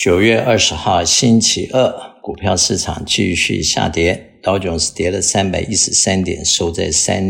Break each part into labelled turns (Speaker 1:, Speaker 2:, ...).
Speaker 1: 9月20号星期二，股票市场继续下跌，道琼斯跌了313点，收在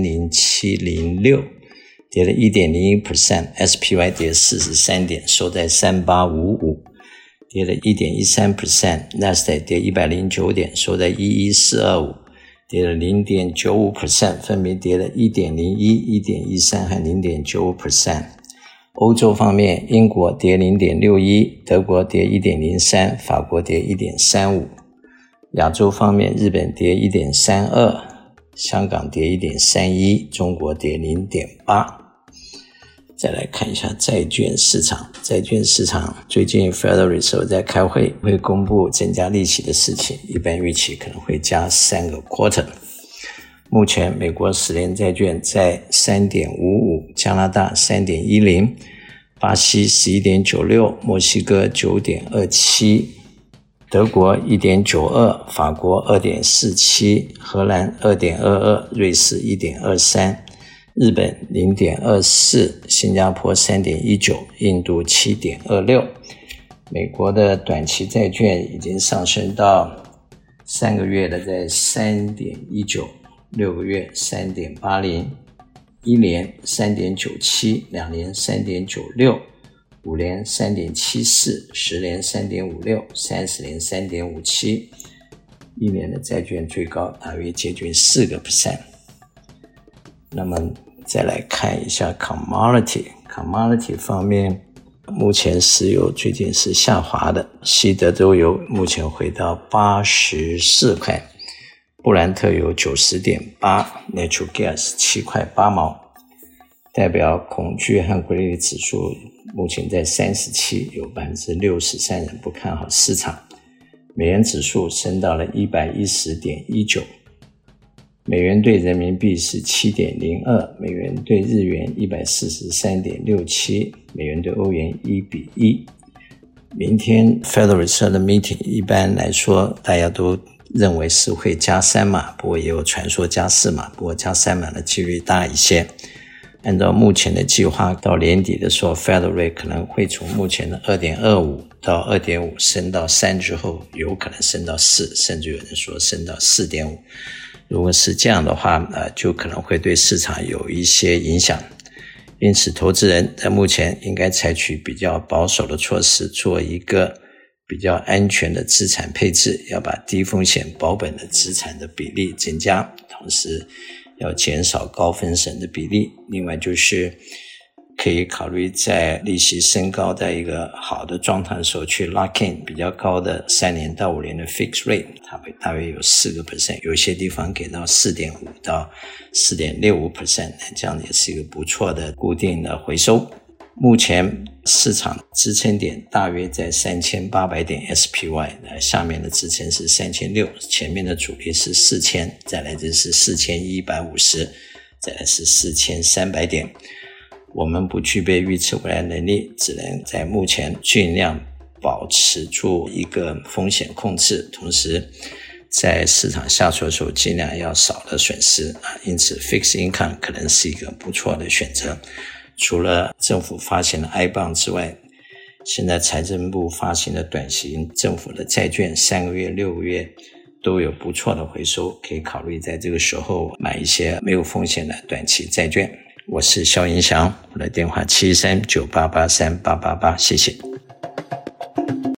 Speaker 1: 30706，跌了 1.01%， SPY 跌43点，收在3855，跌了 1.13%， Nasdaq 跌109点，收在11425，跌了 0.95%， 分别跌了 1.01%、1.13% 和 0.95%。欧洲方面，英国跌 0.61%， 德国跌 1.03%， 法国跌 1.35%。亚洲方面，日本跌 1.32%， 香港跌 1.31%， 中国跌 0.8%。再来看一下债券市场。债券市场最近 Federal Reserve 在开会，会公布增加利息的事情，一般预期可能会加3个 quarter。目前美国10年债券在 3.55%， 加拿大 3.10%， 巴西 11.96%， 墨西哥 9.27%， 德国 1.92%， 法国 2.47%， 荷兰 2.22%， 瑞士 1.23%， 日本 0.24%， 新加坡 3.19%， 印度 7.26%。 美国的短期债券已经上升到3个月的在 3.19%， 6个月 3.80， 1年 3.97， 2年 3.96， 5年 3.74， 10年 3.56， 30年 3.57， 1年的债券最高大约接近 4%。 那么再来看一下 commodity 方面，目前石油最近是下滑的，西德州油目前回到84块，布兰特油 90.8， Natural Gas 7块8毛，代表恐惧和规律指数目前在37，有 63% 人不看好市场。美元指数升到了 110.19， 美元对人民币是 7.02， 美元对日元 143.67， 美元对欧元1:1。明天 Federal Reserve 的 meeting 一般来说大家都认为是会加3码，不过也有传说加4码，不过加3码的几率大一些。按照目前的计划，到年底的时候 Federal Rate 可能会从目前的 2.25 到 2.5 升到3之后，有可能升到4，甚至有人说升到 4.5。 如果是这样的话，就可能会对市场有一些影响。因此投资人在目前应该采取比较保守的措施，做一个比较安全的资产配置，要把低风险保本的资产的比例增加，同时要减少高分神的比例。另外就是可以考虑在利息升高在一个好的状态的时候去 lock in 比较高的3年到5年的 fixed rate， 它会大约有 4%， 有些地方给到 4.5 到 4.65%， 这样也是一个不错的固定的回收。目前市场支撑点大约在3800点 SPY， 下面的支撑是3600，前面的阻力是4000，再来这是4150，再来是4300点。我们不具备预测未来能力，只能在目前尽量保持住一个风险控制，同时在市场下挫的时候尽量要少的损失，因此 fixed income 可能是一个不错的选择。除了政府发行的 I-bond 之外，现在财政部发行的短型政府的债券3个月、6个月都有不错的回收，可以考虑在这个时候买一些没有风险的短期债券。我是肖银祥，我的电话713-988-3888，谢谢。